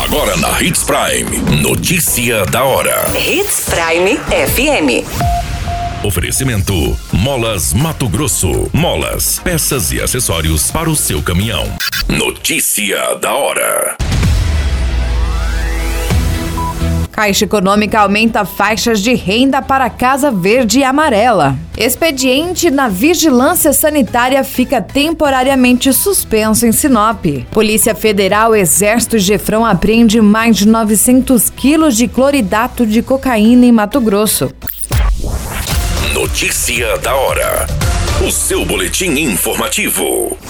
Agora na Hits Prime, notícia da hora. Hits Prime FM. Oferecimento Molas Mato Grosso. Molas, peças e acessórios para o seu caminhão. Notícia da hora. Caixa Econômica aumenta faixas de renda para Casa Verde e Amarela. Expediente na Vigilância Sanitária fica temporariamente suspenso em Sinop. Polícia Federal, Exército e Gefrão apreende mais de 900 quilos de cloridato de cocaína em Mato Grosso. Notícia da hora. O seu boletim informativo.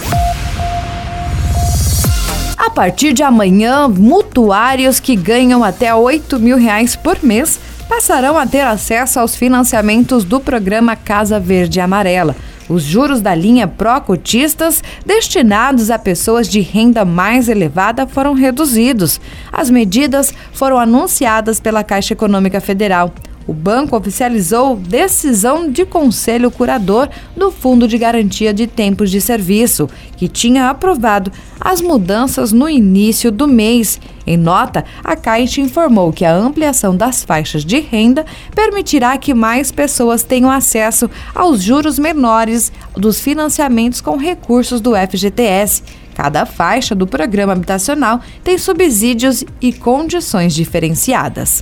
A partir de amanhã, mutuários que ganham até R$8.000 por mês passarão a ter acesso aos financiamentos do programa Casa Verde e Amarela. Os juros da linha pró-cotistas destinados a pessoas de renda mais elevada foram reduzidos. As medidas foram anunciadas pela Caixa Econômica Federal. O banco oficializou decisão de conselho curador do Fundo de Garantia de Tempos de Serviço, que tinha aprovado as mudanças no início do mês. Em nota, a Caixa informou que a ampliação das faixas de renda permitirá que mais pessoas tenham acesso aos juros menores dos financiamentos com recursos do FGTS. Cada faixa do programa habitacional tem subsídios e condições diferenciadas.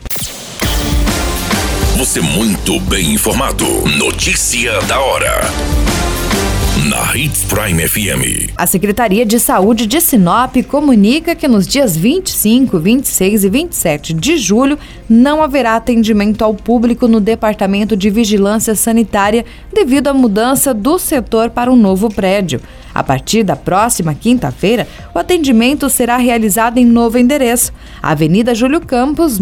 Você muito bem informado. Notícia da hora. Na Hits Prime FM. A Secretaria de Saúde de Sinop comunica que nos dias 25, 26 e 27 de julho não haverá atendimento ao público no Departamento de Vigilância Sanitária devido à mudança do setor para um novo prédio. A partir da próxima quinta-feira, o atendimento será realizado em novo endereço, Avenida Júlio Campos,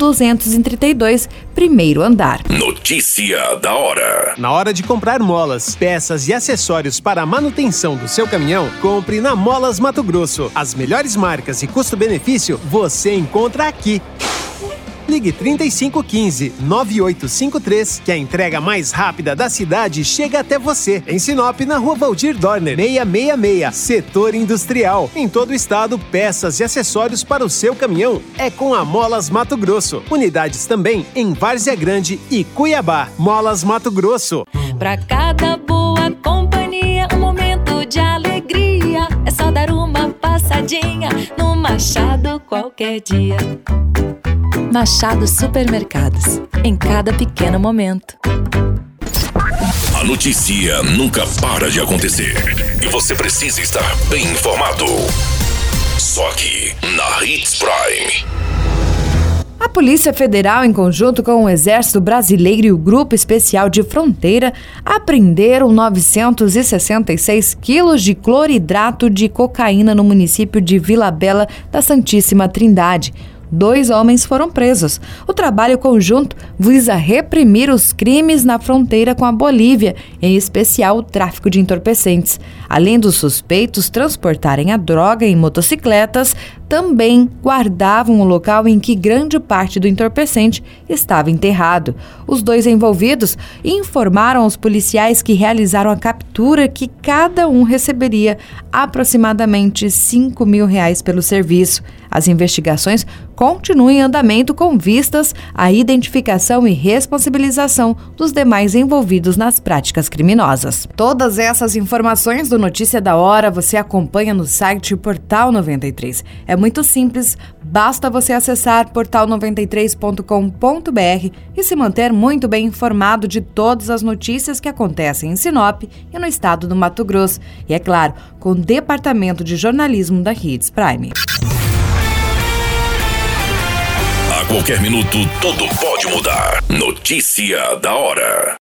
1232, primeiro andar. Notícia da hora. Na hora de comprar molas, peças e acessórios para a manutenção do seu caminhão, compre na Molas Mato Grosso. As melhores marcas e custo-benefício você encontra aqui. Ligue 3515-9853, que a entrega mais rápida da cidade chega até você. Em Sinop, na Rua Valdir Dorner, 666, Setor Industrial. Em todo o estado, peças e acessórios para o seu caminhão é com a Molas Mato Grosso. Unidades também em Várzea Grande e Cuiabá. Molas Mato Grosso. Pra cada boa companhia, um momento de alegria. É só dar uma passadinha no Machado qualquer dia. Machado Supermercados, em cada pequeno momento. A notícia nunca para de acontecer e você precisa estar bem informado. Só aqui na Hits Prime. A Polícia Federal, em conjunto com o Exército Brasileiro e o Grupo Especial de Fronteira, apreenderam 966 quilos de cloridrato de cocaína no município de Vila Bela da Santíssima Trindade. 2 homens foram presos. O trabalho conjunto visa reprimir os crimes na fronteira com a Bolívia, em especial o tráfico de entorpecentes. Além dos suspeitos transportarem a droga em motocicletas, também guardavam o local em que grande parte do entorpecente estava enterrado. Os 2 envolvidos informaram aos policiais que realizaram a captura que cada um receberia aproximadamente R$5.000 pelo serviço. As investigações continuam em andamento com vistas à identificação e responsabilização dos demais envolvidos nas práticas criminosas. Todas essas informações do Notícia da Hora você acompanha no site Portal 93. É muito simples, basta você acessar portal93.com.br e se manter muito bem informado de todas as notícias que acontecem em Sinop e no estado do Mato Grosso. E é claro, com o Departamento de Jornalismo da Hits Prime. A qualquer minuto, tudo pode mudar. Notícia da hora.